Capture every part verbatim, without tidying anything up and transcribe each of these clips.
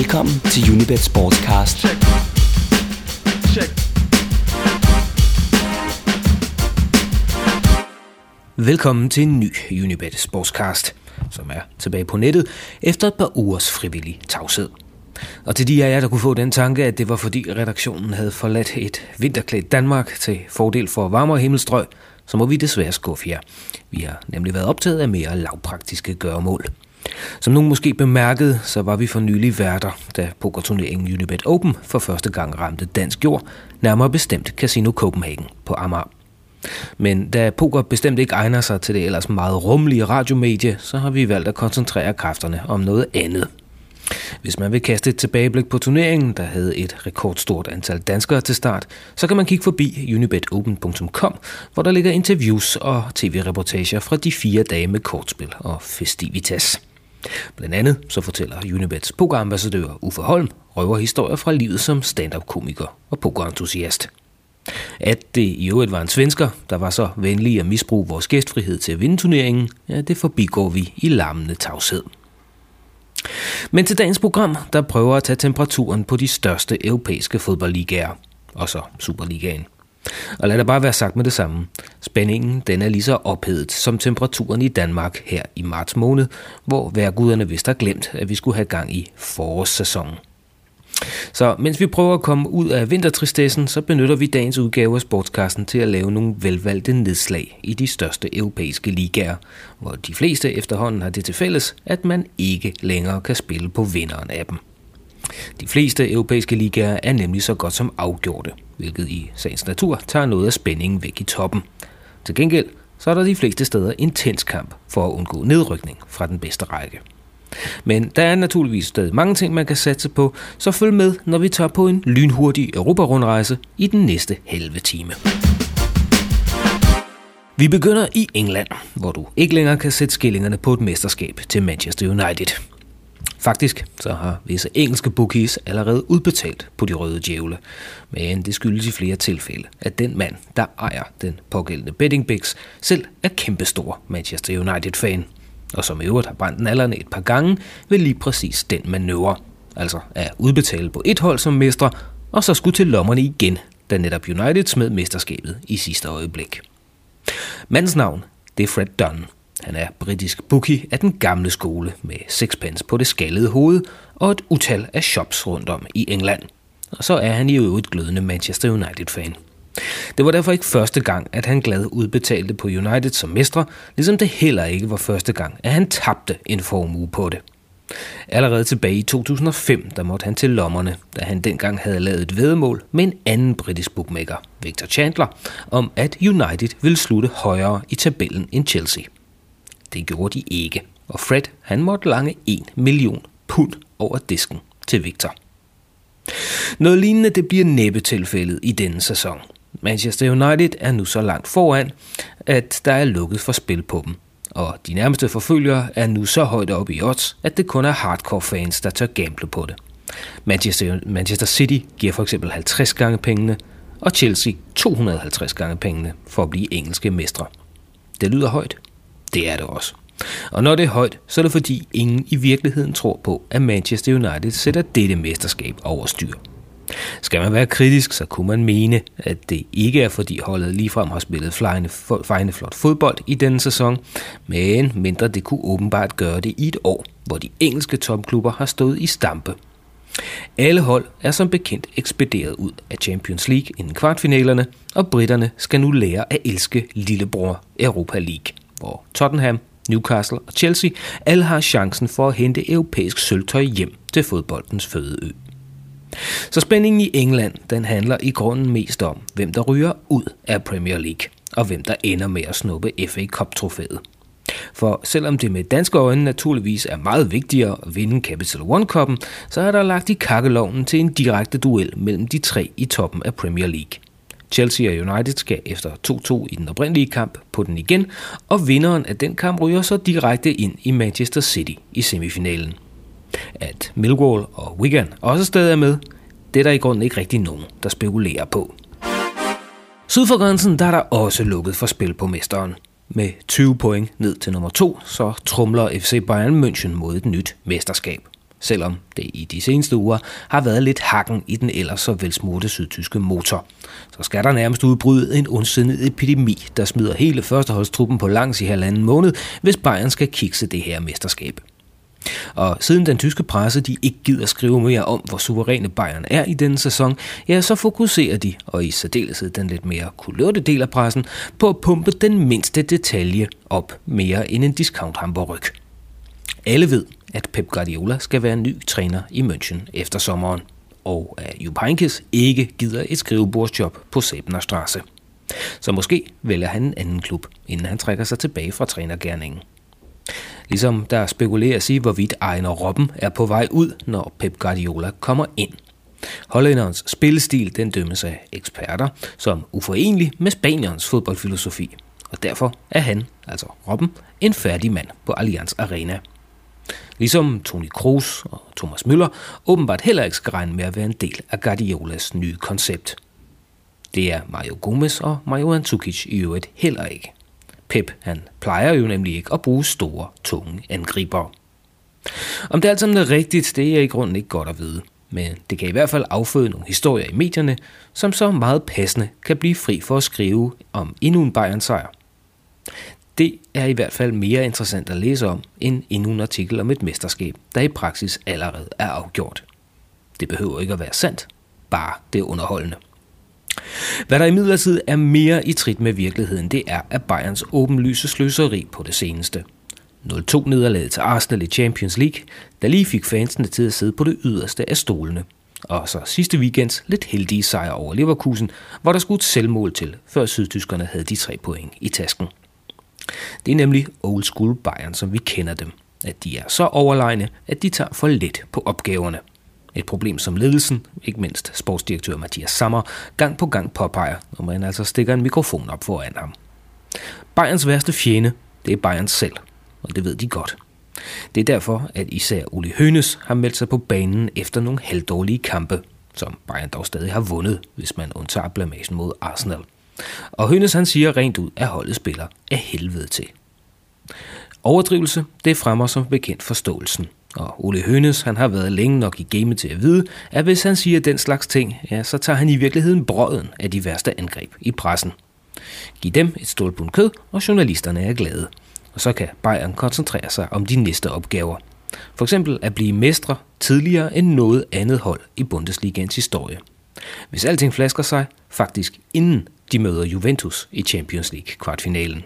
Velkommen til Unibet Sportscast. Check. Check. Velkommen til en ny Unibet Sportscast, som er tilbage på nettet efter et par ugers frivillig tavshed. Og til de af jer, der kunne få den tanke, at det var fordi redaktionen havde forladt et vinterklædt Danmark til fordel for varmere himmelstrøg, så må vi desværre skuffe jer. Vi har nemlig været optaget af mere lavpraktiske gøremål. Som nogen måske bemærkede, så var vi for nylig værter, da pokerturneringen Unibet Open for første gang ramte dansk jord, nærmere bestemt Casino Copenhagen på Amager. Men da poker bestemt ikke egner sig til det ellers meget rummelige radiomedie, så har vi valgt at koncentrere kræfterne om noget andet. Hvis man vil kaste et tilbageblik på turneringen, der havde et rekordstort antal danskere til start, så kan man kigge forbi unibet open punktum com, hvor der ligger interviews og tv-reportager fra de fire dage med kortspil og festivitas. Blandt andet så fortæller Unibets pokerambassadør Uffe Holm røverhistorier fra livet som stand-up-komiker og pokerentusiast. At det i øvrigt var en svensker, der var så venlig at misbruge vores gæstfrihed til at vinde turneringen, ja, det forbigår vi i larmende tavshed. Men til dagens program, der prøver at tage temperaturen på de største europæiske fodboldligaer, og så Superligaen. Og lad det bare være sagt med det samme. Spændingen den er lige så ophedet som temperaturen i Danmark her i marts måned, hvor vejrguderne vist har glemt, at vi skulle have gang i forårssæsonen. Så mens vi prøver at komme ud af vintertristessen, så benytter vi dagens udgave af Sportscasten til at lave nogle velvalgte nedslag i de største europæiske ligaer, hvor de fleste efterhånden har det til fælles, at man ikke længere kan spille på vinderen af dem. De fleste europæiske ligaer er nemlig så godt som afgjorte, hvilket i sagens natur tager noget af spændingen væk i toppen. Til gengæld så er der de fleste steder intens kamp for at undgå nedrykning fra den bedste række. Men der er naturligvis stadig mange ting, man kan satse på, så følg med, når vi tager på en lynhurtig Europa-rundrejse i den næste halve time. Vi begynder i England, hvor du ikke længere kan sætte skillingerne på et mesterskab til Manchester United. Faktisk så har visse engelske bookies allerede udbetalt på de røde djævle, men det skyldes i flere tilfælde, at den mand, der ejer den pågældende betting bigs, selv er kæmpestor Manchester United-fan. Og som i øvrigt har brændt nallerne et par gange ved lige præcis den manøvre. Altså at udbetale på et hold som mestre, og så skulle til lommerne igen, da netop United smed mesterskabet i sidste øjeblik. Mandens navn, det er Fred Dunn. Han er britisk bookie af den gamle skole med sixpence på det skaldede hoved og et utal af shops rundt om i England. Og så er han i øvrigt glødende Manchester United-fan. Det var derfor ikke første gang, at han glad udbetalte på United som mestre, ligesom det heller ikke var første gang, at han tabte en formue på det. Allerede tilbage i to tusind og fem, der måtte han til lommerne, da han dengang havde lavet et væddemål med en anden britisk bookmaker, Victor Chandler, om at United ville slutte højere i tabellen end Chelsea. Det gjorde de ikke, og Fred han måtte lange en million pund over disken til Victor. Noget lignende det bliver næppe tilfældet i denne sæson. Manchester United er nu så langt foran, at der er lukket for spil på dem. Og de nærmeste forfølgere er nu så højt oppe i odds, at det kun er hardcore fans, der tør gamble på det. Manchester, Manchester City giver for eksempel halvtreds gange pengene, og Chelsea to hundrede og halvtreds gange pengene for at blive engelske mestre. Det lyder højt. Det er det også. Og når det er højt, så er det fordi ingen i virkeligheden tror på, at Manchester United sætter dette mesterskab over styr. Skal man være kritisk, så kunne man mene, at det ikke er fordi holdet ligefrem har spillet flejende, fejende flot fodbold i denne sæson, men mindre det kunne åbenbart gøre det i et år, hvor de engelske topklubber har stået i stampe. Alle hold er som bekendt ekspederet ud af Champions League inden kvartfinalerne, og britterne skal nu lære at elske lillebror Europa League, hvor Tottenham, Newcastle og Chelsea alle har chancen for at hente europæisk sølvtøj hjem til fodboldens fødeø. Så spændingen i England, den handler i grunden mest om, hvem der ryger ud af Premier League, og hvem der ender med at snuppe F A Cup-trofæet. For selvom det med danske øjne naturligvis er meget vigtigere at vinde Capital One-koppen, så er der lagt i kakkelovnen til en direkte duel mellem de tre i toppen af Premier League. Chelsea og United skal efter to to i den oprindelige kamp på den igen, og vinderen af den kamp ryger så direkte ind i Manchester City i semifinalen. At Millwall og Wigan også stadig er med, det er der i grunden ikke rigtig nogen, der spekulerer på. Syd for grænsen der er der også lukket for spil på mesteren. Med tyve point ned til nummer to, så trumler F C Bayern München mod et nyt mesterskab. selvom det i de seneste uger har været lidt hakken i den ellers så velsmurte sydtyske motor. Så skal der nærmest udbryde en ondsindet epidemi, der smider hele førsteholdstruppen på langs i halvanden måned, hvis Bayern skal kikse det her mesterskab. Og siden den tyske presse de ikke gider skrive mere om, hvor suveræne Bayern er i denne sæson, ja, så fokuserer de, og i særdeleshed den lidt mere kulørte del af pressen, på at pumpe den mindste detalje op mere end en discount-hamburg. Alle ved, at Pep Guardiola skal være ny træner i München efter sommeren, og at Jupp Heynckes ikke gider et skrivebordsjob på Sæbener Straße. Så måske vælger han en anden klub, inden han trækker sig tilbage fra trænergerningen. Ligesom der spekuleres i, hvorvidt Arjen Robben er på vej ud, når Pep Guardiola kommer ind. Hollænderens spillestil den dømmes af eksperter som uforenelig med Spaniens fodboldfilosofi, og derfor er han, altså Robben, en færdig mand på Allianz Arena. Ligesom Toni Kroos og Thomas Müller åbenbart heller ikke skal regne med at være en del af Guardiolas nye koncept. Det er Mario Gomez og Mario Mandzukic i øvrigt heller ikke. Pep, han plejer jo nemlig ikke at bruge store, tunge angriber. Om det alt sammen er rigtigt, det er i grunden ikke godt at vide. Men det kan i hvert fald afføde nogle historier i medierne, som så meget passende kan blive fri for at skrive om endnu en Bayern-sejr. Det er i hvert fald mere interessant at læse om, end endnu en artikel om et mesterskab, der i praksis allerede er afgjort. Det behøver ikke at være sandt, bare det er underholdende. Hvad der imidlertid er mere i trit med virkeligheden, det er af Bayerns åbenlyse sløseri på det seneste. nul to nederlaget til Arsenal i Champions League, der lige fik fansene til at sidde på det yderste af stolene. Og så sidste weekends lidt heldige sejr over Leverkusen, hvor der skulle et selvmål til, før sydtyskerne havde de tre point i tasken. Det er nemlig old school Bayern, som vi kender dem. At de er så overlegne, at de tager for let på opgaverne. Et problem, som ledelsen, ikke mindst sportsdirektør Mathias Sammer, gang på gang påpeger, når man altså stikker en mikrofon op foran ham. Bayerns værste fjende, det er Bayern selv, og det ved de godt. Det er derfor, at især Uli Hoeneß har meldt sig på banen efter nogle halvdårlige kampe, som Bayern dog stadig har vundet, hvis man undtager blamagen mod Arsenal. Og Hoeneß han siger rent ud, at holdet spiller af helvede til. Overdrivelse, det fremmer som bekendt forståelsen. Og Ole Hoeneß, han har været længe nok i gamet til at vide, at hvis han siger den slags ting, ja, så tager han i virkeligheden brøden af de værste angreb i pressen. Giv dem et stålbund kød, og journalisterne er glade. Og så kan Bayern koncentrere sig om de næste opgaver. For eksempel at blive mestre tidligere end noget andet hold i Bundesligaens historie. Hvis alting flasker sig, faktisk inden de møder Juventus i Champions League kvartfinalen.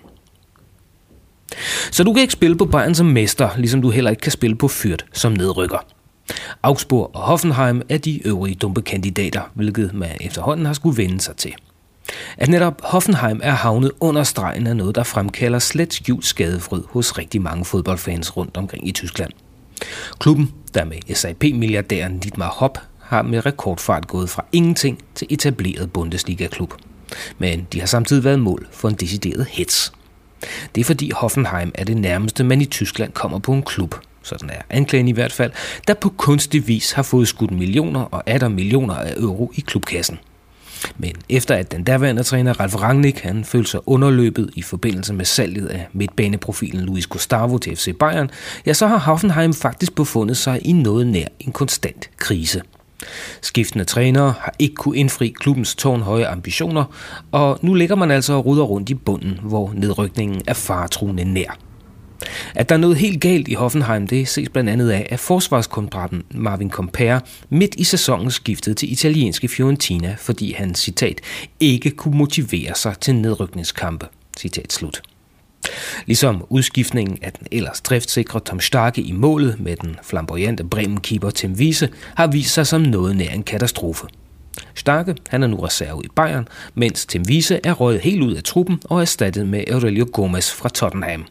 Så du kan ikke spille på Bayern som mester, ligesom du heller ikke kan spille på Fürth som nedrykker. Augsburg og Hoffenheim er de øvrige dumpe kandidater, hvilket man efterhånden har skulle vende sig til. At netop Hoffenheim er havnet under stregen af noget, der fremkalder slet skjult skadefryd hos rigtig mange fodboldfans rundt omkring i Tyskland. Klubben, der med S A P-milliardæren Dietmar Hopp, har med rekordfart gået fra ingenting til etableret Bundesliga-klub. Men de har samtidig været mål for en decideret hets. Det er fordi Hoffenheim er det nærmeste, man i Tyskland kommer på en klub, sådan er anklagen i hvert fald, der på kunstig vis har fået skudt millioner og atter millioner af euro i klubkassen. Men efter at den daværende træner Ralf Rangnick han følte sig underløbet i forbindelse med salget af midtbaneprofilen Luis Gustavo til F C Bayern, ja, så har Hoffenheim faktisk befundet sig i noget nær en konstant krise. Skiftende trænere har ikke kunne indfri klubbens tårnhøje ambitioner, og nu ligger man altså og ruder rundt i bunden, hvor nedrykningen er faretruende nær. At der er noget helt galt i Hoffenheim, det ses blandt andet af, at forsvarskontrakten Marvin Compere midt i sæsonen skiftede til italienske Fiorentina, fordi han, citat, ikke kunne motivere sig til nedrykningskampe, citat slut. Ligesom udskiftningen af den ellers driftsikre Tom Starke i målet med den flamboyante Bremen-keeper Tim Wiese har vist sig som noget nær en katastrofe. Starke han er nu reserve i Bayern, mens Tim Wiese er røget helt ud af truppen og erstattet med Aurelio Gomez fra Tottenham.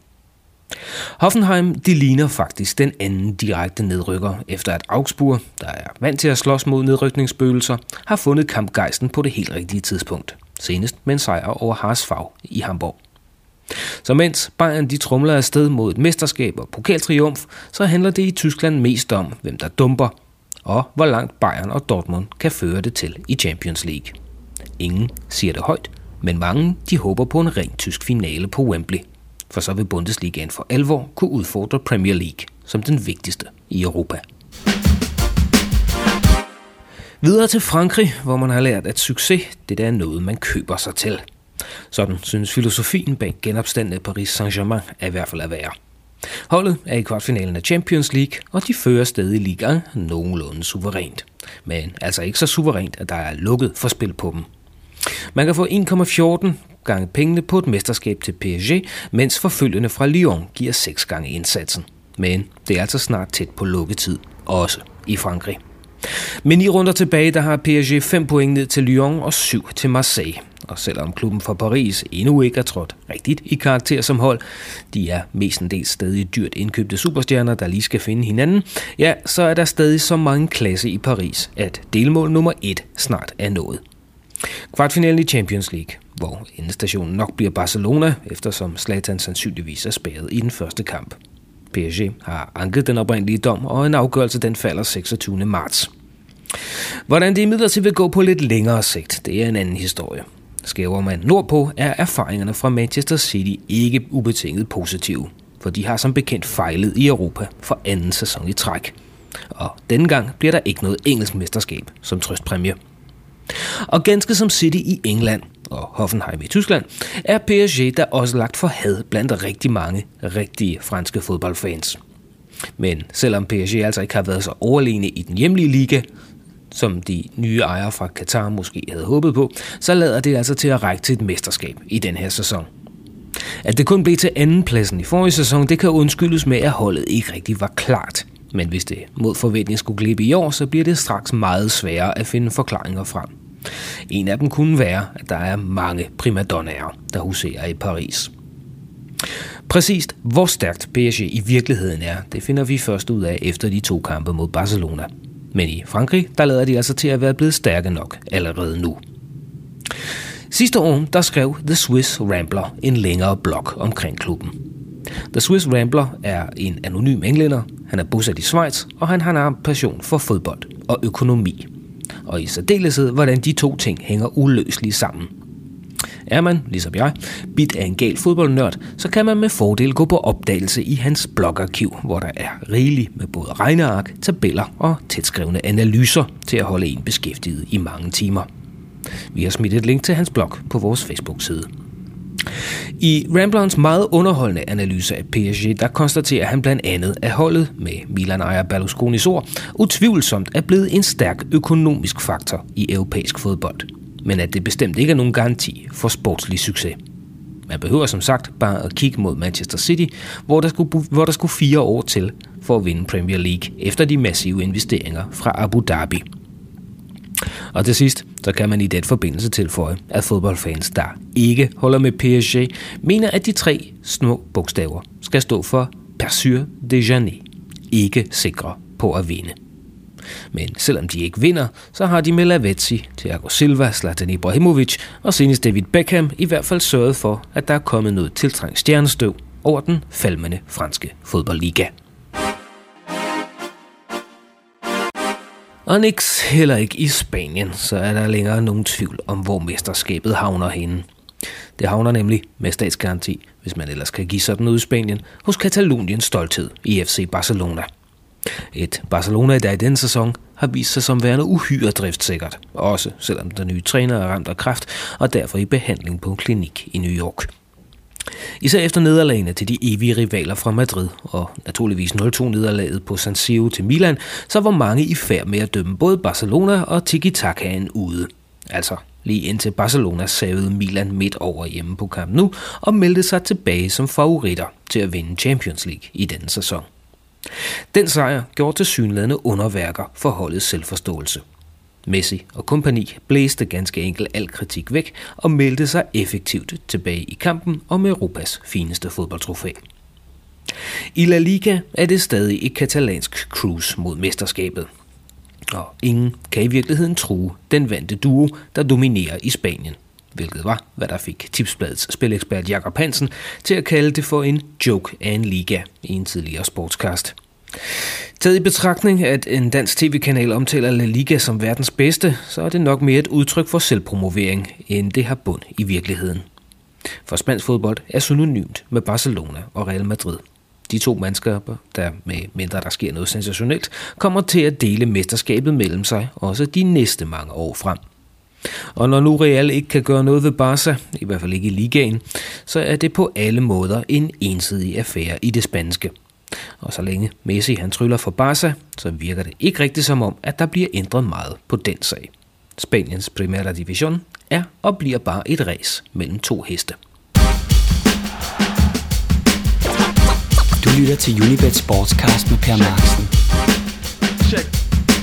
Hoffenheim de ligner faktisk den anden direkte nedrykker, efter at Augsburg, der er vant til at slås mod nedrykningsspøgelser, har fundet kampgejsten på det helt rigtige tidspunkt. Senest med en sejr over H S V i Hamburg. Så mens Bayern de tromler afsted mod et mesterskab og pokaltriumf, så handler det i Tyskland mest om, hvem der dumper, og hvor langt Bayern og Dortmund kan føre det til i Champions League. Ingen siger det højt, men mange de håber på en ren tysk finale på Wembley, for så vil Bundesligaen for alvor kunne udfordre Premier League som den vigtigste i Europa. Videre til Frankrig, hvor man har lært, at succes, det er noget, man køber sig til. Sådan synes filosofien bag genopstanden af Paris Saint-Germain er i hvert fald at være. Holdet er i kvartfinalen af Champions League, og de fører stadig ligaen nogenlunde suverænt. Men altså ikke så suverænt, at der er lukket for spil på dem. Man kan få en komma fjorten gange pengene på et mesterskab til P S G, mens forfølgende fra Lyon giver seks gange indsatsen. Men det er altså snart tæt på lukketid, også i Frankrig. Men ni runder tilbage, der har P S G fem point ned til Lyon og syv til Marseille. Og selvom klubben fra Paris endnu ikke er trådt rigtigt i karakter som hold, de er mestendels stadig dyrt indkøbte superstjerner, der lige skal finde hinanden, ja, så er der stadig så mange klasse i Paris, at delmål nummer et snart er nået. Kvartfinalen i Champions League, hvor endestationen nok bliver Barcelona, eftersom Zlatan sandsynligvis er spærret i den første kamp. P S G har anket den oprindelige dom, og en afgørelse den falder seksogtyvende marts. Hvordan det imidlertid vil gå på lidt længere sigt, det er en anden historie. Skæver man nordpå, er erfaringerne fra Manchester City ikke ubetinget positive, for de har som bekendt fejlet i Europa for anden sæson i træk. Og denne gang bliver der ikke noget engelsk mesterskab som trøstpræmie. Og ganske som City i England og Hoffenheim i Tyskland, er P S G der også lagt for had blandt rigtig mange rigtige franske fodboldfans. Men selvom P S G altså ikke har været så overlegne i den hjemlige liga, som de nye ejere fra Qatar måske havde håbet på, så lader det altså til at række til et mesterskab i den her sæson. At det kun blev til andenpladsen i forrige sæson, det kan undskyldes med, at holdet ikke rigtig var klart. Men hvis det mod forventning skulle glippe i år, så bliver det straks meget sværere at finde forklaringer frem. En af dem kunne være, at der er mange primadonnaer, der huserer i Paris. Præcist hvor stærkt P S G i virkeligheden er, det finder vi først ud af efter de to kampe mod Barcelona. Men i Frankrig, der lader de altså til at være blevet stærke nok allerede nu. Sidste år, der skrev The Swiss Rambler en længere blog omkring klubben. The Swiss Rambler er en anonym englænder, han er bosat i Schweiz, og han har en passion for fodbold og økonomi. Og i særdeleshed, hvordan de to ting hænger uløseligt sammen. Er man, ligesom jeg, bit af en gal fodboldnørd, så kan man med fordel gå på opdagelse i hans blogarkiv, hvor der er rigeligt med både regneark, tabeller og tætskrevne analyser til at holde en beskæftiget i mange timer. Vi har smidt et link til hans blog på vores Facebook-side. I Ramblerens meget underholdende analyse af P S G, der konstaterer han blandt andet, at holdet med Milan-ejer Berlusconis ord utvivlsomt er blevet en stærk økonomisk faktor i europæisk fodbold, men at det bestemt ikke er nogen garanti for sportslig succes. Man behøver som sagt bare at kigge mod Manchester City, hvor der skulle, hvor der skulle fire år til for at vinde Premier League efter de massive investeringer fra Abu Dhabi. Og til sidst, så kan man i den forbindelse tilføje, at fodboldfans, der ikke holder med P S G, mener, at de tre små bogstaver skal stå for Persur de Janet, ikke sikre på at vinde. Men selvom de ikke vinder, så har de med Lavezzi, Thiago Silva, Zlatan Ibrahimovic og senest David Beckham i hvert fald sørget for, at der er kommet noget tiltrængt stjernestøv over den falmende franske fodboldliga. Og niks heller ikke i Spanien, så er der længere nogen tvivl om, hvor mesterskabet havner henne. Det havner nemlig med statsgaranti, hvis man ellers kan give sådan noget i Spanien, hos Kataloniens stolthed i F C Barcelona. Et Barcelona, der i denne sæson har vist sig som værende uhyre driftssikkert, også selvom den nye træner er ramt af kræft og derfor i behandling på en klinik i New York. Især efter nederlagene til de evige rivaler fra Madrid og naturligvis nul to nederlaget på San Siro til Milan, så var mange i færd med at dømme både Barcelona og Tiki-Takaen ude. Altså lige indtil Barcelona savede Milan midt over hjemme på Camp Nou og meldte sig tilbage som favoritter til at vinde Champions League i denne sæson. Den sejr gjorde tilsyneladende underværker for holdets selvforståelse. Messi og kompagni blæste ganske enkelt al kritik væk og meldte sig effektivt tilbage i kampen om Europas fineste fodboldtrofæ. I La Liga er det stadig et katalansk cruise mod mesterskabet. Og ingen kan i virkeligheden true den vante duo, der dominerer i Spanien, hvilket var, hvad der fik Tipsbladets spilekspert Jakob Hansen til at kalde det for en joke af en liga i en tidligere sportscast. Taget i betragtning, at en dansk tv-kanal omtaler La Liga som verdens bedste, så er det nok mere et udtryk for selvpromovering, end det har bund i virkeligheden. For spansk fodbold er synonymt med Barcelona og Real Madrid. De to mandskaber, der med mindre der sker noget sensationelt, kommer til at dele mesterskabet mellem sig også de næste mange år frem. Og når nu Real ikke kan gøre noget ved Barca, i hvert fald ikke i ligaen, så er det på alle måder en ensidig affære i det spanske. Og så længe Messi han tryller for Barca, så virker det ikke rigtigt som om, at der bliver ændret meget på den sag. Spaniens Primera Division er og bliver bare et ræs mellem to heste. Du lytter til Unibet Sportscast med Per Marksen. Check.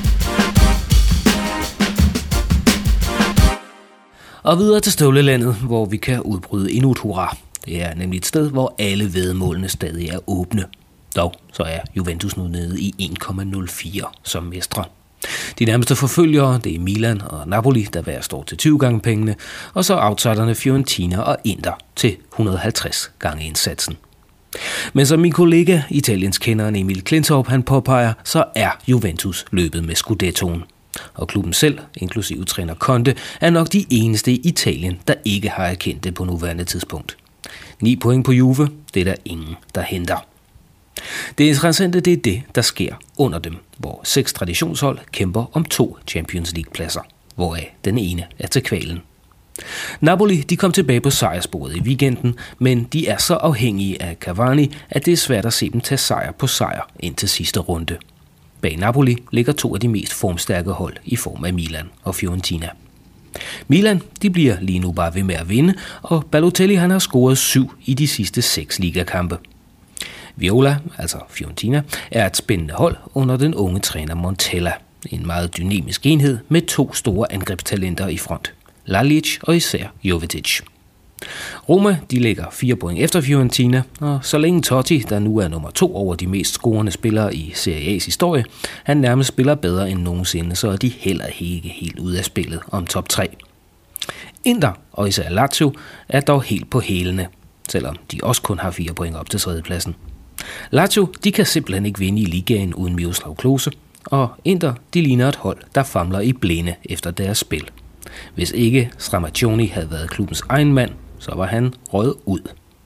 Og videre til støvlelandet, hvor vi kan udbryde endnu et hurra. Det er nemlig et sted, hvor alle væddemålene stadig er åbne. Dog så er Juventus nu nede i en komma nul fire som mestre. De nærmeste forfølgere, det er Milan og Napoli, der hver står til tyve gange pengene, og så outsiderne Fiorentina og Inter til et hundrede og halvtreds gange indsatsen. Men som min kollega, Italiens kenderen Emil Klintorp, han påpeger, så er Juventus løbet med Scudettoen. Og klubben selv, inklusive træner Conte, er nok de eneste i Italien, der ikke har erkendt det på nuværende tidspunkt. Ni point på Juve, det er der ingen, der henter. Det interessante, det er det, der sker under dem, hvor seks traditionshold kæmper om to Champions League-pladser, hvoraf den ene er til kvalen. Napoli de kom tilbage på sejrsporet i weekenden, men de er så afhængige af Cavani, at det er svært at se dem tage sejr på sejr indtil sidste runde. Bag Napoli ligger to af de mest formstærke hold i form af Milan og Fiorentina. Milan de bliver lige nu bare ved med at vinde, og Balotelli han har scoret syv i de sidste seks ligakampe. Viola, altså Fiorentina, er et spændende hold under den unge træner Montella. En meget dynamisk enhed med to store angrebstalenter i front. Lalic og især Jovetic. Roma de ligger fire point efter Fiorentina, og så længe Totti, der nu er nummer to over de mest scorende spillere i Serie A's historie, han nærmest spiller bedre end nogensinde, så er de heller ikke helt ude af spillet om top tre. Inter og især Lazio er dog helt på hælene, selvom de også kun har fire point op til tredjepladsen. Lazio de kan simpelthen ikke vinde i ligaen uden Miroslav Klose, og Inter de ligner et hold, der famler i blinde efter deres spil. Hvis ikke Stramaccioni havde været klubbens egen mand, så var han røget ud.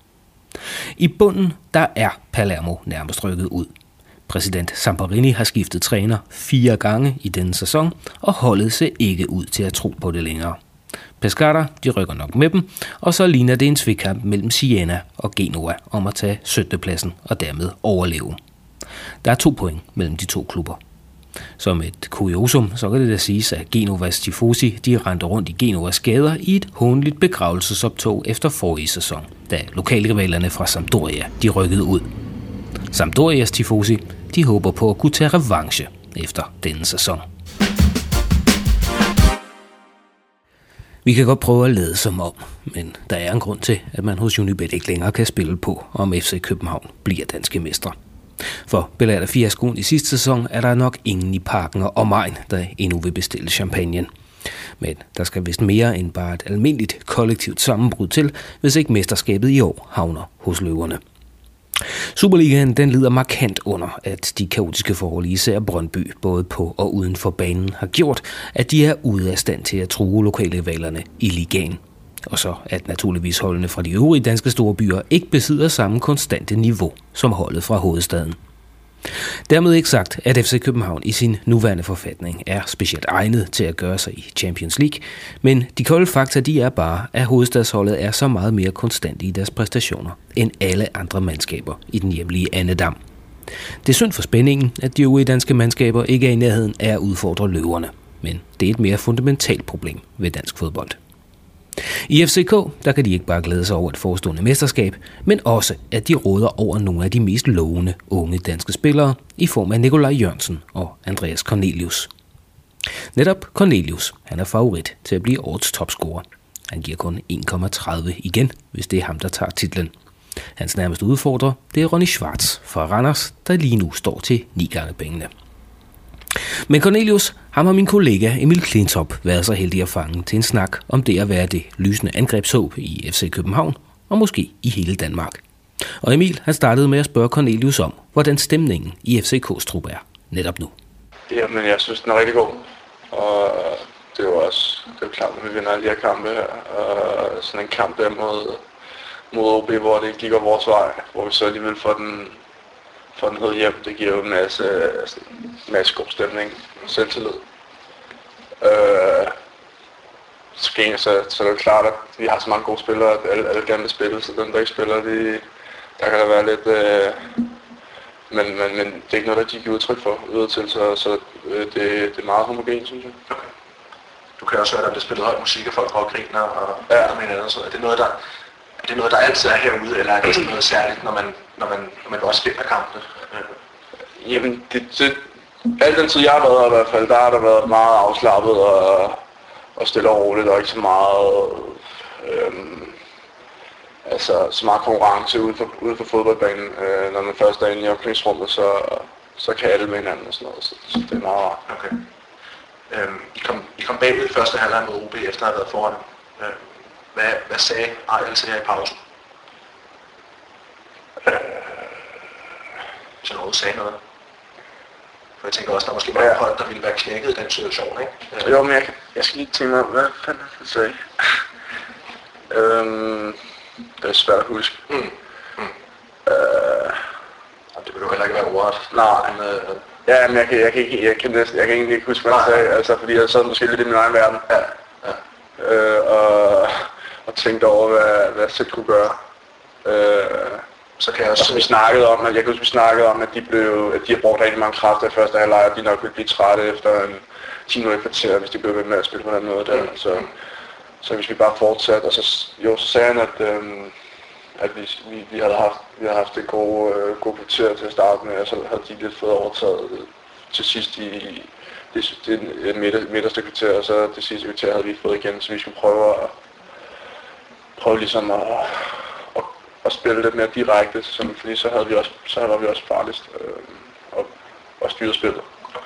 I bunden, der er Palermo nærmest rykket ud. Præsident Samparini har skiftet træner fire gange i denne sæson, og holdet ser ikke ud til at tro på det længere. Pescara, de rykker nok med dem, og så ligner det en tvekamp mellem Siena og Genoa om at tage syttende pladsen og dermed overleve. Der er to point mellem de to klubber. Som et kuriosum, så kan det da siges, at Genovas tifosi de rendte rundt i Genoas gader i et hånligt begravelsesoptog efter forrige sæson, da lokalrivalerne fra Sampdoria de rykkede ud. Sampdorias tifosi de håber på at kunne tage revanche efter denne sæson. Vi kan godt prøve at lade som om, men der er en grund til, at man hos Unibet ikke længere kan spille på, om F C København bliver danske mestre. For belært af fiaskoen i sidste sæson er der nok ingen i Parken og omegn, der endnu vil bestille champagne. Men der skal vist mere end bare et almindeligt kollektivt sammenbrud til, hvis ikke mesterskabet i år havner hos løverne. Superligaen den lider markant under, at de kaotiske forhold i især Brøndby, både på og uden for banen, har gjort, at de er ude af stand til at true lokalrivalerne i ligaen. Og så at naturligvis holdene fra de øvrige danske store byer ikke besidder samme konstante niveau som holdet fra hovedstaden. Dermed ikke sagt, at F C København i sin nuværende forfatning er specielt egnet til at gøre sig i Champions League, men de kolde fakta de er bare, at hovedstadsholdet er så meget mere konstant i deres præstationer end alle andre mandskaber i den hjemlige Annedam. Det er synd for spændingen, at de øvrige danske mandskaber ikke er i nærheden af at udfordre løverne, men det er et mere fundamentalt problem ved dansk fodbold. I F C K, der kan de ikke bare glæde sig over et forestående mesterskab, men også, at de råder over nogle af de mest lovende unge danske spillere i form af Nikolaj Jørgensen og Andreas Cornelius. Netop Cornelius, han er favorit til at blive årets topscorer. Han giver kun en komma tredive igen, hvis det er ham, der tager titlen. Hans nærmeste udfordrer, det er Ronny Schwartz fra Randers, der lige nu står til ni gange pengene. Men Cornelius, ham har min kollega Emil Klintorp været så heldig at fange til en snak om det at være det lysende angrebshåb i F C København, og måske i hele Danmark. Og Emil, han startede med at spørge Cornelius om, hvordan stemningen i F C K's trup er netop nu. Jamen, jeg synes, den er rigtig god, og det er jo også det er jo klart, at vi vinder alle de her kampe her. Og sådan en kamp der mod, mod O B, hvor det ikke lige går vores vej, hvor vi så alligevel får den, får noget hjem. Det giver jo en masse, altså, en masse god stemning, selvtillid. Øh, så, så, så det er jo klart, at vi har så mange gode spillere, at alle, alle gerne vil spille, så dem der ikke spiller, de, der kan der være lidt... Øh, men, men, men det er ikke noget, der de giver udtryk for udadtil, så, så øh, det, det er meget homogent, synes jeg. Okay. Du kan også høre, at der bliver spillet høj musik, og folk går og griner og ja. med hinanden. Så er det noget, der, er det noget, der altid er herude, eller er det sådan noget særligt, når man, når man, når man også vinder kampene? Jamen, det, det, al den tid jeg har været her i hvert fald, der har der været meget afslappet og, og stille og roligt, og ikke så meget, øhm, altså, så meget konkurrence ude for, ude for fodboldbanen. Øh, når man først er inde i omklædningsrummet, så, så kan alle med hinanden og sådan noget, så, så det er meget rart. Okay. Øhm, I, kom, I kom bagud i første halvleg med O B efter at have været foran. Øhm, hvad, hvad sagde Ejl til her i pausen? Øh, Hvis han overhovedet sagde noget. For jeg tænker også, der er måske mange ja. hold, der ville være knækket i den situation, ikke? Jo, men jeg, jeg skal lige tænke mig, hvad fanden han sagde? øhm, det er svært at huske. Mm. Mm. Øh, det vil jo heller ikke være ordet. Nej. Men, øh, ja, men jeg kan, jeg kan, ikke, jeg kan, næsten, jeg kan egentlig ikke huske, hvad han sagde, altså, fordi jeg sad måske lidt i min egen verden. Ja. Ja. Øh, og, og tænkte over, hvad, hvad jeg selv kunne gøre. Øh, så kan jeg også... Og så vi snakkede om, at jeg kan huske, vi snakkede om, at de, blev, at de har brugt rigtig mange kræfter i første halvleg, og de nok ville blive trætte efter en ti minutter kvarter, hvis de blev ved med at spille på den måde der. Så, så hvis vi bare fortsatte, og så, jo, så sagde han, at, øhm, at vi, vi, vi, havde haft, vi havde haft det gode, øh, gode kvarter til at starte med, og så havde de lidt fået overtaget til sidst i det, det midter, midterste kvarter, og så det sidste kvarter havde vi fået igen, så vi skulle prøve at prøve ligesom at og spille lidt mere direkte, så, fordi så havde vi også, så havde vi også farligst øh, og, og styret spillet. Okay.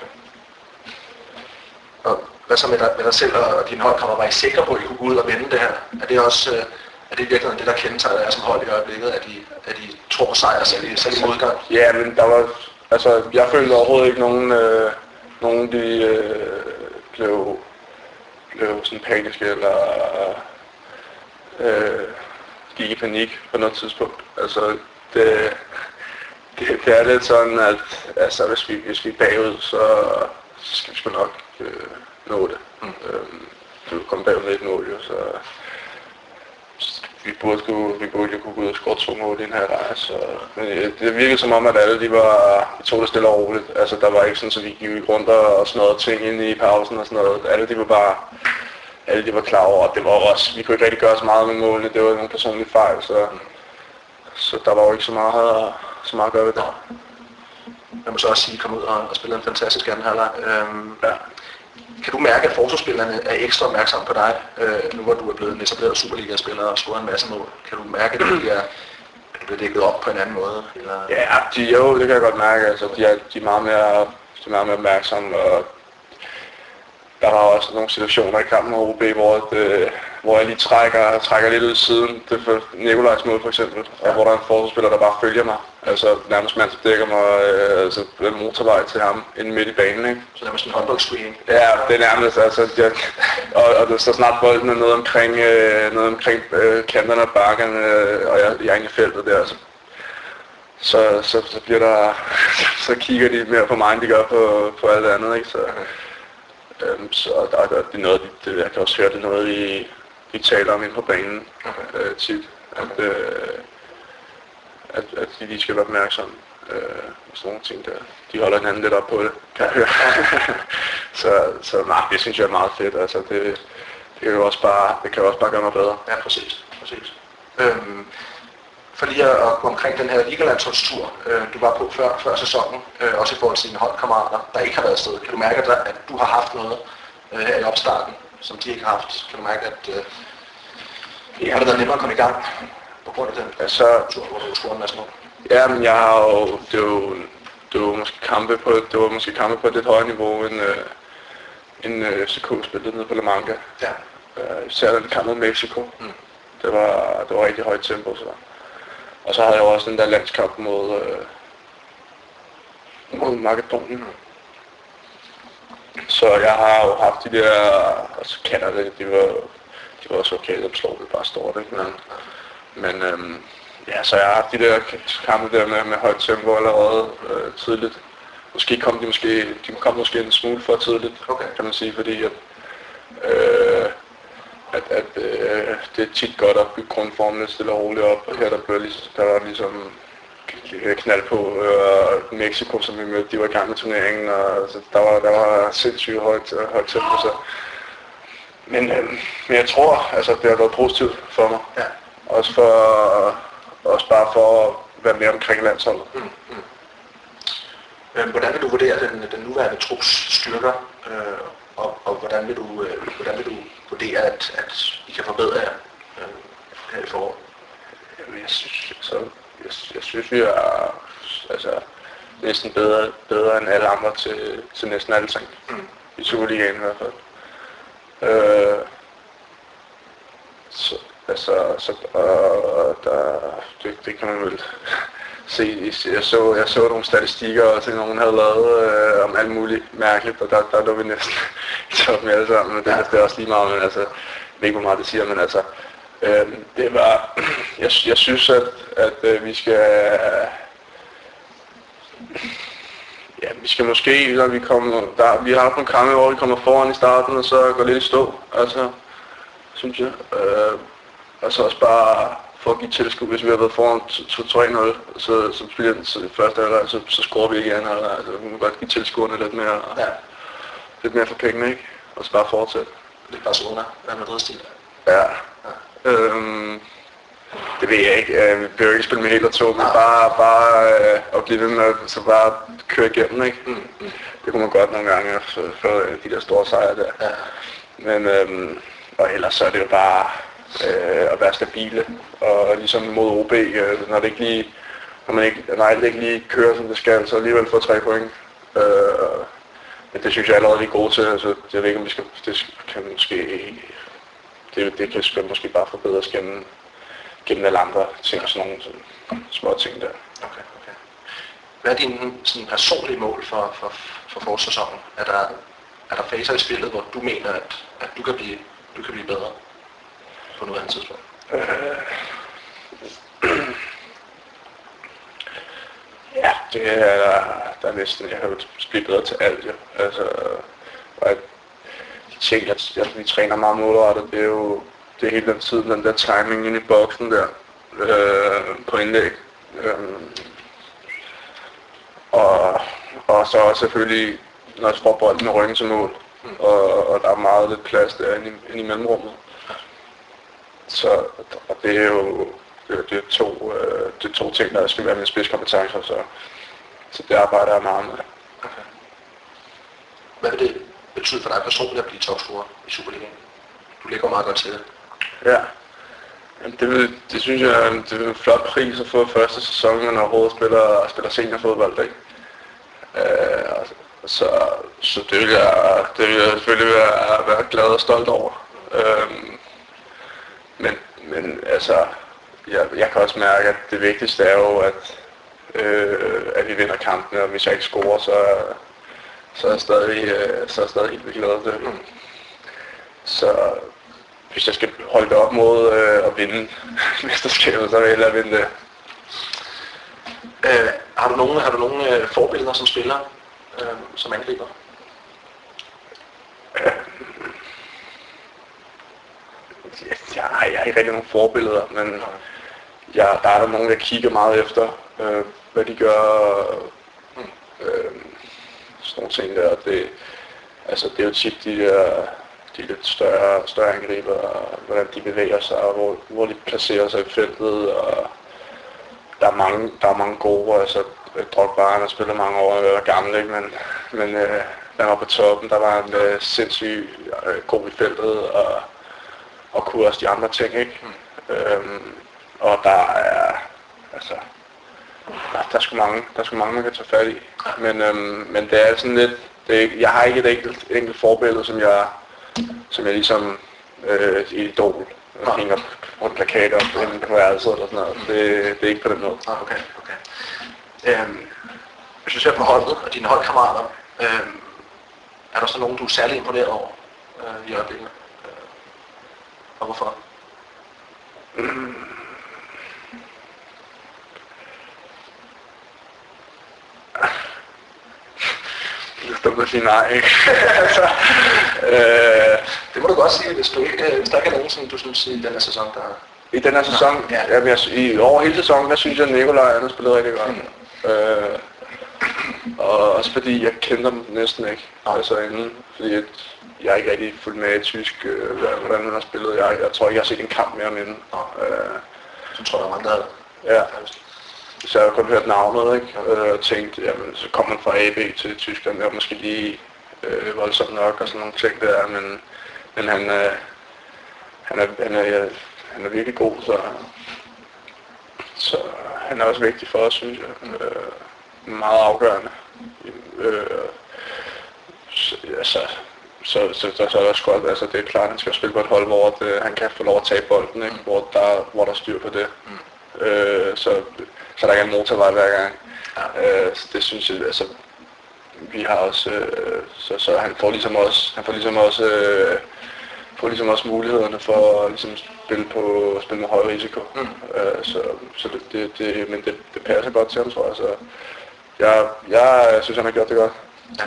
Og hvad så med dig, med dig selv og dine holdkammerater, var I sikre på, at I kunne gå ud og vinde det her? Er det også, øh, er det virkelig det, der kendetegner jer som hold i øjeblikket, at I, at I tror på sejr selv i, selv i modgang? Ja, men der var, altså, jeg følte overhovedet ikke nogen, øh, nogen de øh, blev, blev sådan paniske eller øh, gik i panik på noget tidspunkt. Altså, det, det, det er lidt sådan, at altså, hvis, vi, hvis vi er bagud, så, så skal vi sgu nok øh, nå det. Mm. Øhm, du kommer bagud med et mål, jo, så, så vi burde, kunne, vi burde jo kunne gå ud og score to mål i den her rej. Så, men det virkede som om, at alle de var, de tog det stille og roligt. Altså, der var ikke sådan, så vi gik rundt og smadrede ting ind i pausen og sådan noget. Alle de var bare alle de var klar over, at det var også, vi kunne ikke rigtig gøre så meget med målene, det var nogle personlige fejl, så, så der var jo ikke så meget, så meget at gøre ved det. Jeg må så også sige, at I kom ud og, og spillede en fantastisk anden halvleg. Øhm, ja. Kan du mærke, at forsvarsspillerne er ekstra opmærksomme på dig, øh, nu hvor du er blevet en etableret Superliga-spiller og scoret en masse mål? Kan du mærke, at du bliver, at du bliver dækket op på en anden måde? Eller? Ja, de, jo, det kan jeg godt mærke. Altså, de, er, de er meget mere, de er meget mere opmærksomme, og der var også nogle situationer i kampen med O B, hvor, det, hvor jeg lige trækker, trækker lidt ud i siden. Det er for Nikolajs mål for eksempel, ja. Og hvor der er en forsvarsspiller, der bare følger mig. Altså nærmest mand, der dækker mig øh, altså, en motorvej til ham inde midt i banen, ikke? Så nærmest en håndboldscreen? Ja, det er nærmest, altså, jeg, og, og det står snart bolden er noget omkring, øh, noget omkring øh, kanterne og bakkerne, øh, og jeg, jeg er inde i feltet der, altså. Så, så, så bliver der, så kigger de mere på mig, end de gør på, på alt andet, ikke? Så, Øhm, så der, der, det er noget, det, jeg kan også høre, det er noget, vi, vi taler om inde på banen okay. øh, tit, at, øh, at, at de lige skal være opmærksomme øh, på sådan nogle ting der. De holder hinanden lidt op på det, kan jeg høre. så så nej, det synes jeg er meget fedt, altså det, det kan jo også bare, det kan jo også bare gøre mig bedre. Ja, præcis, præcis. Øhm, for lige at gå omkring den her ligalandsholdstur, øh, du var på før, før sæsonen, øh, også i forhold til dine holdkammerater, der ikke har været afsted. Kan du mærke, at, at du har haft noget øh, her i opstarten, som de ikke har haft? Kan du mærke, at øh, har det været nemmere at komme i gang på grund af den altså, tur, hvor du scorede en masse mål? Ja, men jeg har jo, det var, det var måske kampe på, det var måske kampe på et lidt højere niveau, end, øh, end øh, F C K spillede nede på La Manga. Ja. Øh, især den kamp mod Mexico. Mm. Det var, det var rigtig højt tempo, så. Og så havde jeg også den der landskamp mod, øh, mod Makedonien. Så jeg har jo haft de der, altså Canada, de var, de var også okay, de slår det bare stort, ikke? Men, men, øhm, Ja, så jeg har haft de der kampe der med, med højt tempo allerede øh, tidligt. Måske kom de måske, de kom måske en smule for tidligt, okay. Kan man sige, fordi at, øh, at, at øh, det er tit godt at bygge grundformen lidt stille og roligt op, og her der, blev ligesom, der var ligesom knald på, og øh, Mexico, som vi mødte, de var i gang med turneringen, og altså, der var, der var sindssygt højt, højt tempo, så. Men, øh, men jeg tror, altså det har været positivt for mig, ja. Også for, også bare for at være mere omkring landsholdet. Mm, mm. Hvordan vil du vurdere den, den nuværende trups styrker, øh, og, og hvordan, vil du, øh, hvordan vil du vurdere, at, at I kan forbedre jer øh, her i foråret? Jamen, jeg synes, så, jeg, jeg synes, vi er altså, næsten bedre, bedre end alle andre til, til næsten alle ting. Mm. I Superligaen i hvert fald. Øh, så, altså, så, og der, det, det kan man vel se. Jeg så, jeg så nogle statistikker, og til nogen havde lavet øh, om alt muligt mærkeligt, og der, der lå vi næsten i toppen alle sammen, men det, ja. Det er også lige meget, men altså, jeg ved ikke, hvor meget det siger, men altså, øh, det var, jeg, jeg synes, at, at øh, vi skal, øh, ja, vi skal måske, når vi kommer, der, vi har haft nogle kampe, hvor vi kommer foran i starten, og så går lidt i stå, altså, synes jeg, øh, og så også bare for at give tilskud, hvis vi har været foran to tre nul, så, så spiller den så det første halvleg, så, så scorer vi igen, eller altså, vi må godt give tilskuerne lidt mere, ja. Lidt mere for pengene, ikke? Og så bare fortsætte. Lidt Barcelona, hvad med Madrid-stil? Ja. ja. Øhm, det ved jeg ikke. Vi behøver ikke spille med helt og to, men bare, bare øh, at blive ved med, så bare køre igennem, ikke? Mm, mm. Det kunne man godt nogle gange, for de der store sejre der. Ja. Men, øhm, og ellers så er det jo bare øh, at være stabile, og ligesom mod O B, øh, når det ikke lige, når man ikke, når alt ikke lige kører som det skal, så alligevel få tre point. Øh, men det synes jeg allerede er gode til, altså jeg ved ikke om vi skal, det kan måske, det, det kan sgu måske bare forbedres gennem, gennem alle andre ting, sådan nogle sådan, små ting der. Okay, okay. Hvad er dine sådan, personlige mål for, for, for forårssæsonen? Er der, er der faser i spillet, hvor du mener, at, at du, kan blive, du kan blive bedre på noget andet tidspunkt? Øh, ja, det er der, der er næsten, jeg kan jo blive bedre til alt, ja. Altså, og at de ting, jeg, jeg, vi træner meget målrettet, det er jo det er hele den tid, den der timing inde i boksen der, øh, på indlæg. Øh, og, og så også selvfølgelig, når jeg får bolden med ryggen til mål, og, og der er meget lidt plads der inde i, inde i mellemrummet. Så og det er jo det, det er to, øh, det er to ting, der skal være med spidskompetencer, så, så det arbejder jeg meget med. Okay. Hvad vil det betyde for dig personligt at blive topscorer i Superligaen? Du ligger meget godt til det. Ja, jamen, det, vil, det synes jeg det er en flot pris at få første sæson, når overhovedet spiller, spiller seniorfodbold, ikke? Øh, så, så det vil jeg, det vil jeg selvfølgelig være, være glad og stolt over. Øh, men, men altså, jeg, jeg kan også mærke, at det vigtigste er jo, at, øh, at vi vinder kampene, og hvis jeg ikke scorer, så, så er jeg stadig, øh, så er jeg stadig helt vildt glad for det. Så hvis jeg skal holde det op mod øh, at vinde mesterskabet, så vil jeg hellere vinde det. Øh, har du nogle, har du nogle øh, forbilleder som spiller, øh, som angriber? Øh, ja, jeg, har, jeg har ikke rigtig nogle forbilleder, men jeg, der er der nogen, jeg kigger meget efter, øh, hvad de gør. Øh, sådan nogle ting der. Det, altså, det er jo tit de der de lidt større, større angriber, og hvordan de bevæger sig, og hvor, hvor de placerer sig i feltet, og der er mange, der er mange gode, altså Drogba, han har spillet mange år, og er gammel, ikke? Men, men øh, der var på toppen, der var han øh, sindssygt øh, god i feltet, og, og kunne også de andre ting, ikke? Mm. Øhm, og der er, altså, der, der er sgu mange, der er sgu mange, man kan tage fat i, men, øhm, men det er sådan lidt, det er, jeg har ikke et enkelt, enkelt forbillede, som jeg som jeg ligesom øh, et idol og hænger rundt plakater op inde på værelset eller sådan noget. Det, det er ikke på den måde. Ah, okay, okay. Øhm, hvis du ser på holdet og dine holdkammerater, øhm, er der så nogen, du er særlig imponeret over øh, i øjeblikket? Øh, og hvorfor? Mm. Det er dumt at sige nej, ikke? altså, øh, det må du godt sige, hvis, du ikke, hvis der ikke er nogen, som du synes i den her sæson, der har... I den her sæson, ja. Jamen, jeg, i over hele sæsonen, der synes jeg, at Nikolaj han har spillet rigtig godt. Mm. Øh, og også fordi jeg kender dem næsten ikke, altså inden, fordi jeg, jeg er ikke rigtig fuldt med i tysk, øh, hvordan han har spillet. Jeg, jeg tror ikke, jeg har set en kamp mere om inden. Øh, så tror jeg, der er mange, der havde. Ja. Så jeg har kun hørt navnet, ikke? Og tænkt, jamen, så kommer man fra A B til Tyskland, det er måske lige øh, voldsomt nok og sådan nogle ting der, men, men han, øh, han, er, han, er, han er virkelig god, så, så han er også vigtig for os, synes jeg. Øh, meget afgørende. Øh, så, altså, så, så, så, så er det også godt, altså det er klart, at han skal spille på et hold, hvor det, han kan få lov at tage bolden, ikke? Hvor, der, hvor der er styr på det. Mm. Øh, så, så der ikke er en motorvej hver gang. Ja. Øh, det synes jeg, altså, vi har også, øh, så, så han får ligesom også, han får ligesom også, øh, får ligesom også mulighederne for at ligesom spille på, spille med høj risiko. Mm. Øh, så så det, det, det, men det, det passer godt til ham, tror jeg. Så jeg, jeg synes, han har gjort det godt. Ja.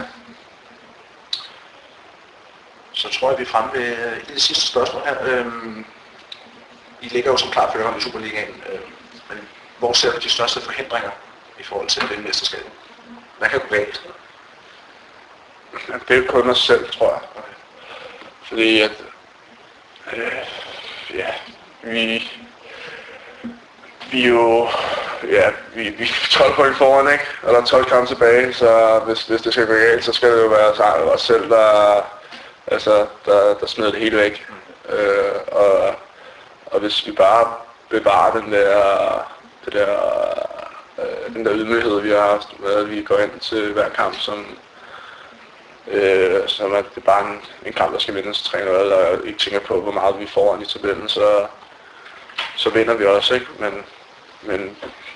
Så tror jeg, vi er fremme ved det sidste spørgsmål her. Øhm, I ligger jo som klart fører i Superligaen, øhm, men hvor ser du de største forhindringer i forhold til det mesterskab? Hvad kan gå galt? Det er kun os selv, tror jeg. Okay. Fordi at, øh, ja, vi, vi jo, ja, vi, vi er tolv point foran, ikke? Og der er tolv kampe tilbage, så hvis, hvis det skal gå galt, så skal det jo være os selv, der, altså, der, der smider det hele væk. Mm. Øh, og, og hvis vi bare bevarer den der, det der, øh, den der ydmyghed, vi har haft, at vi går ind til hver kamp, som, øh, som at det er bare en, en kamp, der skal vindes tre nul, og ikke tænker på, hvor meget vi får foran i tabellen, så, så vinder vi også, ikke? Men, men,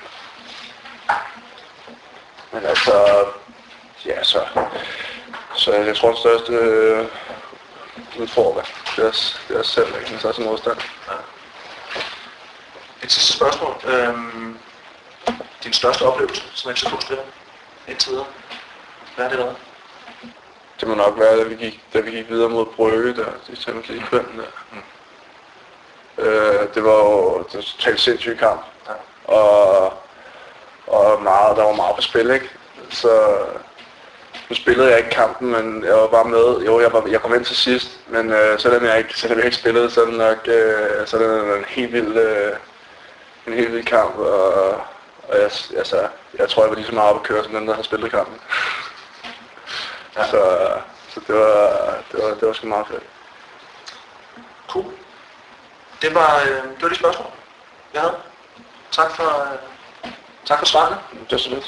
men altså, ja, så, så jeg tror, den største øh, udfordring, det er, det er selv, ikke? Den største modstand. Ja. Et sidste spørgsmål. Øhm, din største oplevelse som F C K-spiller indtil videre? Hvad er det der? Det må nok være, da vi gik, da vi gik videre mod Brøgge der, det Champions League-kvalden der. Mm. Øh, det var jo det var totalt sindssyg kamp. Ja. Og, og meget, der var meget på spil, ikke? Så nu spillede jeg ikke kampen, men jeg var bare med. Jo, jeg, var, jeg kom ind til sidst, men øh, selvom jeg ikke, selvom jeg ikke spillede, så er det nok øh, så er det en helt vild, øh, en helt vild kamp. Og, og jeg, altså, jeg tror, jeg var lige så meget oppe at køre, som den, der har spillet kampen. Ja. Så, så det var, det var, det var sgu meget fedt. Cool. Det var, øh, det var de spørgsmål, jeg havde. Tak for, øh, tak for svarene. Det var så lidt.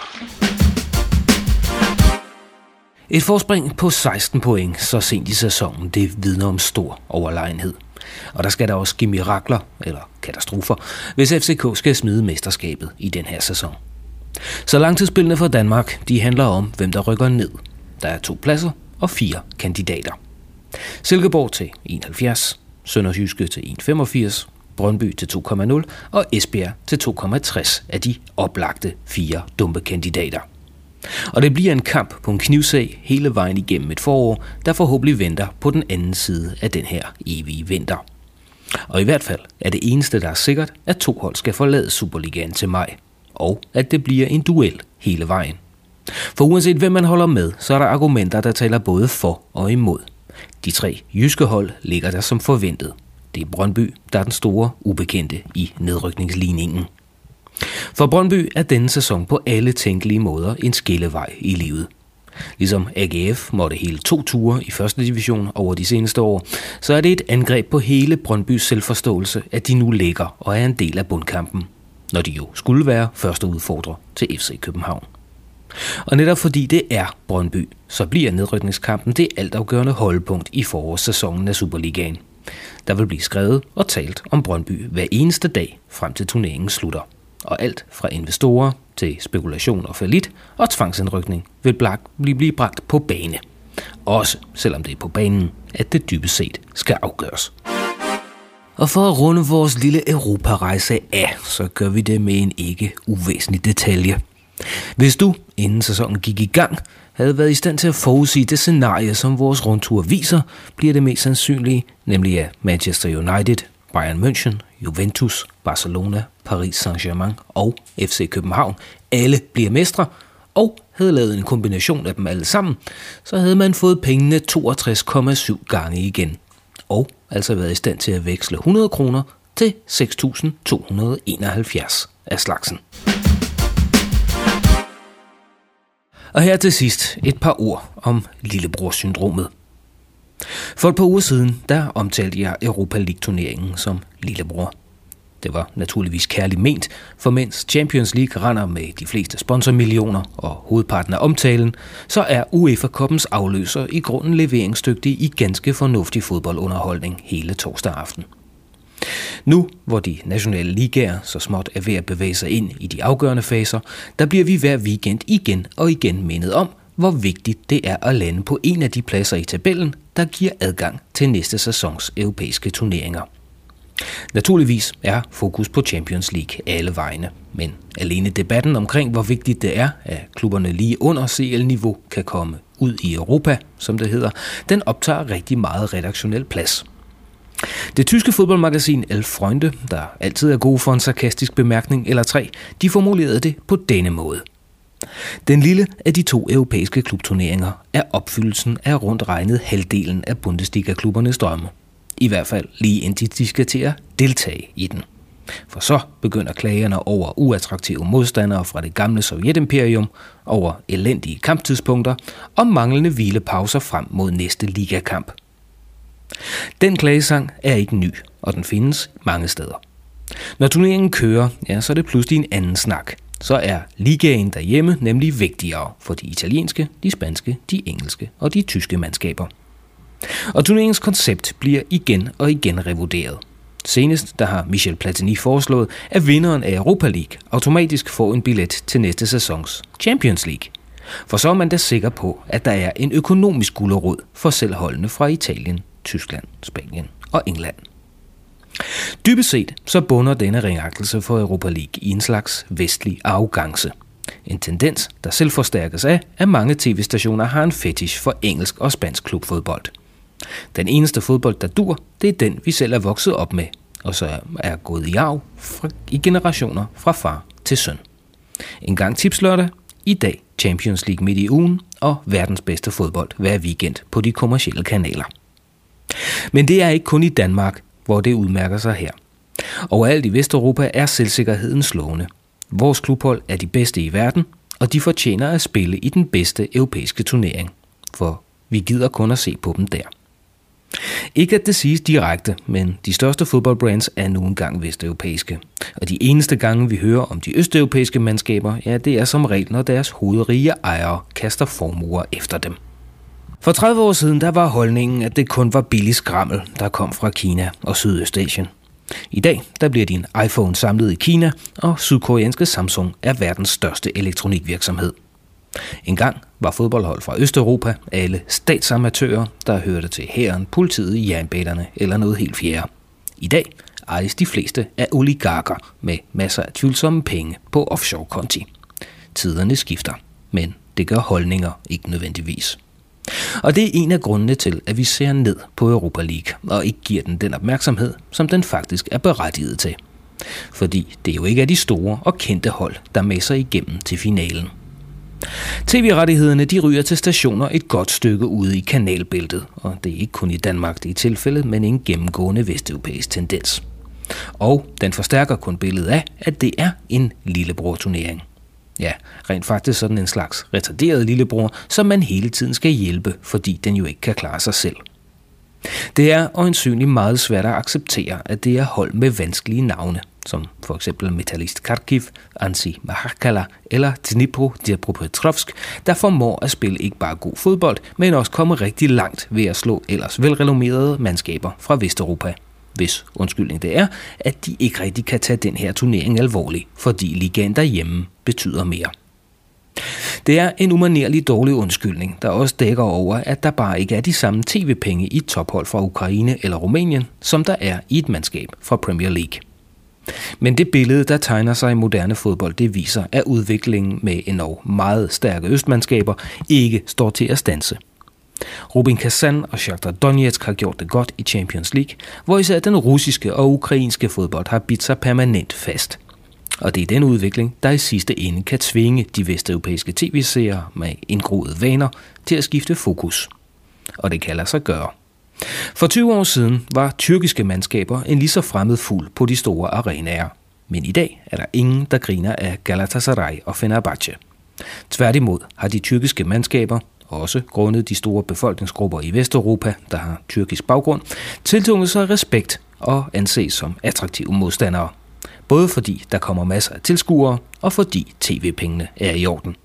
Et forspring på seksten point så sent i sæsonen, det vidner om stor overlegenhed. Og der skal der også ske mirakler, eller katastrofer, hvis F C K skal smide mesterskabet i den her sæson. Så langtidsspillene for Danmark, de handler om, hvem der rykker ned. Der er to pladser og fire kandidater. Silkeborg til enoghalvfjerds, Sønderjyske til en komma femogfirs, Brøndby til to komma nul og Esbjerg til to komma tres af de oplagte fire dumpe kandidater. Og det bliver en kamp på en knivsæg hele vejen igennem et forår, der forhåbentlig venter på den anden side af den her evige vinter. Og i hvert fald er det eneste, der er sikkert, at to hold skal forlade Superligaen til maj, og at det bliver en duel hele vejen. For uanset hvem man holder med, så er der argumenter, der taler både for og imod. De tre jyske hold ligger der som forventet. Det er Brøndby, der er den store ubekendte i nedrykningsligningen. For Brøndby er denne sæson på alle tænkelige måder en skillevej i livet. Ligesom A G F måtte hele to ture i første division over de seneste år, så er det et angreb på hele Brøndbys selvforståelse, at de nu ligger og er en del af bundkampen, når de jo skulle være første udfordrer til F C København. Og netop fordi det er Brøndby, så bliver nedrykningskampen det altafgørende holdepunkt i forårssæsonen af Superligaen. Der vil blive skrevet og talt om Brøndby hver eneste dag frem til turneringen slutter. Og alt fra investorer til spekulation og fallit og tvangsindrykning vil blive bragt på bane. Også selvom det er på banen, at det dybest set skal afgøres. Og for at runde vores lille Europa-rejse af, så gør vi det med en ikke uvæsentlig detalje. Hvis du, inden sæsonen gik i gang, havde været i stand til at forudsige det scenarie, som vores rundtur viser, bliver det mest sandsynlige, nemlig at Manchester United, Bayern München, Juventus, Barcelona, Paris Saint-Germain og F C København alle bliver mestre, og havde lavet en kombination af dem alle sammen, så havde man fået pengene toogtres komma syv gange igen, og altså været i stand til at veksle hundrede kroner til seks tusind to hundrede enoghalvfjerds af slagsen. Og her til sidst et par ord om lillebror-syndromet. For et par uger siden, der omtalte jeg Europa League-turneringen som lillebror. Det var naturligvis kærligt ment, for mens Champions League render med de fleste sponsormillioner og hovedparten af omtalen, så er UEFA-koppens afløser i grunden leveringsdygtig i ganske fornuftig fodboldunderholdning hele torsdag aften. Nu, hvor de nationale ligaer så småt er ved at bevæge sig ind i de afgørende faser, der bliver vi hver weekend igen og igen mindet om, hvor vigtigt det er at lande på en af de pladser i tabellen, der giver adgang til næste sæsons europæiske turneringer. Naturligvis er fokus på Champions League alle vegne, men alene debatten omkring, hvor vigtigt det er, at klubberne lige under C L-niveau kan komme ud i Europa, som det hedder, den optager rigtig meget redaktionel plads. Det tyske fodboldmagasin Elf Freunde, der altid er gode for en sarkastisk bemærkning eller tre, de formulerede det på denne måde. Den lille af de to europæiske klubturneringer er opfyldelsen af rundt regnet halvdelen af Bundesliga-klubbernes drømme. I hvert fald lige indtil de skal til at deltage i den. For så begynder klagerne over uattraktive modstandere fra det gamle Sovjetimperium, over elendige kamptidspunkter og manglende hvilepauser frem mod næste ligakamp. Den klagesang er ikke ny, og den findes mange steder. Når turneringen kører, ja, så er det pludselig en anden snak. Så er ligaen derhjemme nemlig vigtigere for de italienske, de spanske, de engelske og de tyske mandskaber. Og turneringens koncept bliver igen og igen revurderet. Senest der har Michel Platini foreslået, at vinderen af Europa League automatisk får en billet til næste sæsons Champions League. For så er man da sikker på, at der er en økonomisk gulerod for selv holdene fra Italien, Tyskland, Spanien og England. Dybest set så bunder denne ringagtelse for Europa League i en slags vestlig arrogance. En tendens, der selv forstærkes af, at mange tv-stationer har en fetish for engelsk og spansk klubfodbold. Den eneste fodbold, der dur, det er den, vi selv er vokset op med, og så er gået i arv i generationer fra far til søn. En gang tipslørdag, i dag Champions League midt i ugen, og verdens bedste fodbold hver weekend på de kommercielle kanaler. Men det er ikke kun i Danmark, hvor det udmærker sig her. Overalt i Vesteuropa er selvsikkerheden slående. Vores klubhold er de bedste i verden, og de fortjener at spille i den bedste europæiske turnering, for vi gider kun at se på dem der. Ikke at det siges direkte, men de største fodboldbrands er nu engang vesteuropæiske. Og de eneste gange, vi hører om de østeuropæiske mandskaber, ja, det er som regel, når deres hovedrige ejere kaster formuer efter dem. For tredive år siden, der var holdningen, at det kun var billig skrammel, der kom fra Kina og Sydøstasien. I dag, der bliver din iPhone samlet i Kina, og sydkoreanske Samsung er verdens største elektronikvirksomhed. En gang var fodboldhold fra Østeuropa alle statsamatører, der hørte til hæren, politiet, jernbanerne eller noget helt fjerde. I dag ejes de fleste af oligarker med masser af tvivlsomme penge på offshore-konti. Tiderne skifter, men det gør holdninger ikke nødvendigvis. Og det er en af grundene til, at vi ser ned på Europa League og ikke giver den den opmærksomhed, som den faktisk er berettiget til. Fordi det jo ikke er de store og kendte hold, der messer igennem til finalen. T V-rettighederne de ryger til stationer et godt stykke ude i kanalbæltet, og det er ikke kun i Danmark det er tilfældet, men en gennemgående vesteuropæisk tendens. Og den forstærker kun billedet af, at det er en lillebror-turnering. Ja, rent faktisk sådan en slags retarderet lillebror, som man hele tiden skal hjælpe, fordi den jo ikke kan klare sig selv. Det er øjensynligt meget svært at acceptere, at det er hold med vanskelige navne, som for eksempel Metalist Kharkiv, Ansi Mahakala eller Dnipro Dnipropetrovsk, der formår at spille ikke bare god fodbold, men også komme rigtig langt ved at slå ellers velrenommerede mandskaber fra Vesteuropa. Hvis undskyldning det er, at de ikke rigtig kan tage den her turnering alvorligt, fordi ligaen derhjemme betyder mere. Det er en umanerlig dårlig undskyldning, der også dækker over, at der bare ikke er de samme tv-penge i et tophold fra Ukraine eller Rumænien, som der er i et mandskab fra Premier League. Men det billede, der tegner sig i moderne fodbold, det viser, at udviklingen med endnu meget stærke østmandskaber ikke står til at standse. Rubin Kazan og Shakhtar Donetsk har gjort det godt i Champions League, hvor især den russiske og ukrainske fodbold har bidt sig permanent fast. Og det er den udvikling, der i sidste ende kan tvinge de vesteuropæiske tv-seere med indgroede vaner til at skifte fokus. Og det kan lade sig gøre. For tyve år siden var tyrkiske mandskaber en lige så fremmed fugl på de store arenaer. Men i dag er der ingen, der griner af Galatasaray og Fenerbahce. Tværtimod har de tyrkiske mandskaber, også grundet de store befolkningsgrupper i Vesteuropa, der har tyrkisk baggrund, tiltunget sig respekt og anses som attraktive modstandere. Både fordi der kommer masser af tilskuere, og fordi tv-pengene er i orden.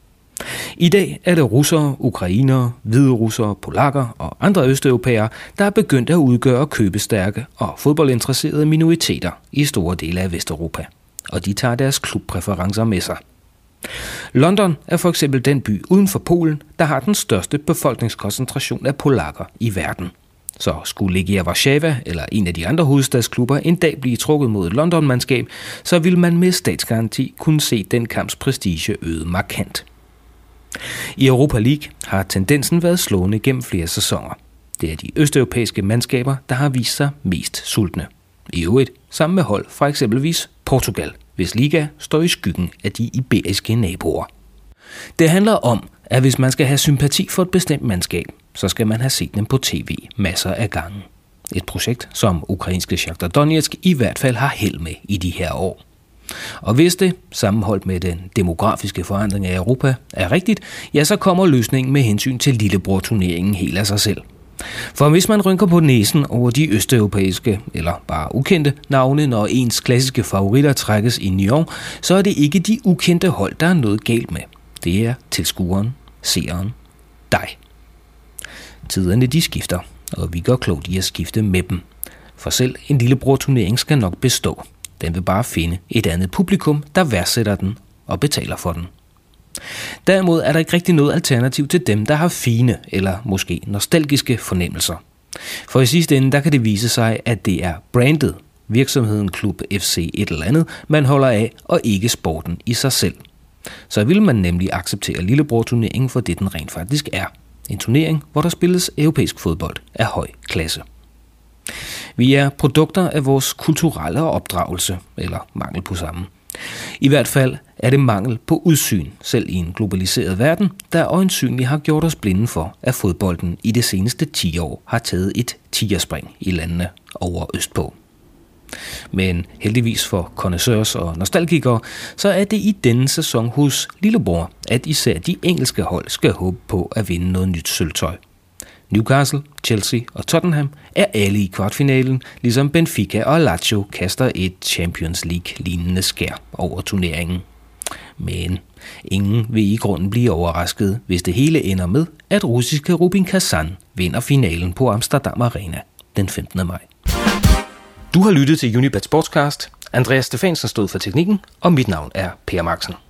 I dag er det russere, ukrainere, hviderussere, polakker og andre østeuropæere, der er begyndt at udgøre købestærke og fodboldinteresserede minoriteter i store dele af Vesteuropa. Og de tager deres klubpræferencer med sig. London er for eksempel den by uden for Polen, der har den største befolkningskoncentration af polakker i verden. Så skulle Legia Warszawa eller en af de andre hovedstadsklubber en dag blive trukket mod et London-mandskab, så vil man med statsgaranti kunne se den kamps prestige øget markant. I Europa League har tendensen været slående gennem flere sæsoner. Det er de østeuropæiske mandskaber, der har vist sig mest sultne. I øvrigt sammen med hold fra eksempelvis Portugal, hvis liga står i skyggen af de iberiske naboer. Det handler om, at hvis man skal have sympati for et bestemt mandskab, så skal man have set dem på tv masser af gange. Et projekt, som ukrainske Shakhtar Donetsk i hvert fald har held med i de her år. Og hvis det, sammenholdt med den demografiske forandring af Europa, er rigtigt, ja, så kommer løsningen med hensyn til lillebror-turneringen helt af sig selv. For hvis man rynker på næsen over de østeuropæiske, eller bare ukendte navne, når ens klassiske favoritter trækkes i Nyon, så er det ikke de ukendte hold, der er noget galt med. Det er tilskueren, seeren, dig. Tiderne de skifter, og vi gør klogt i at skifte med dem. For selv en lillebror-turnering skal nok bestå. Den vil bare finde et andet publikum, der værdsætter den og betaler for den. Derimod er der ikke rigtig noget alternativ til dem, der har fine eller måske nostalgiske fornemmelser. For i sidste ende, der kan det vise sig, at det er brandet, virksomheden klub F C et eller andet, man holder af, og ikke sporten i sig selv. Så vil man nemlig acceptere lillebror-turneringen for det, den rent faktisk er. En turnering, hvor der spilles europæisk fodbold af høj klasse. Vi er produkter af vores kulturelle opdragelse, eller mangel på samme. I hvert fald er det mangel på udsyn, selv i en globaliseret verden, der øjensynligt har gjort os blinde for, at fodbolden i de seneste ti år har taget et tigerspring i landene over østpå. Men heldigvis for connoisseurs og nostalgikere, så er det i denne sæson hos Lillebror, at især de engelske hold skal håbe på at vinde noget nyt sølvtøj. Newcastle, Chelsea og Tottenham er alle i kvartfinalen, ligesom Benfica og Lazio kaster et Champions League-lignende skær over turneringen. Men ingen vil i grunden blive overrasket, hvis det hele ender med, at russiske Rubin Kazan vinder finalen på Amsterdam Arena den femtende maj. Du har lyttet til Unibet Sportscast. Andreas Stefansen stod for teknikken, og mit navn er Per Marksen.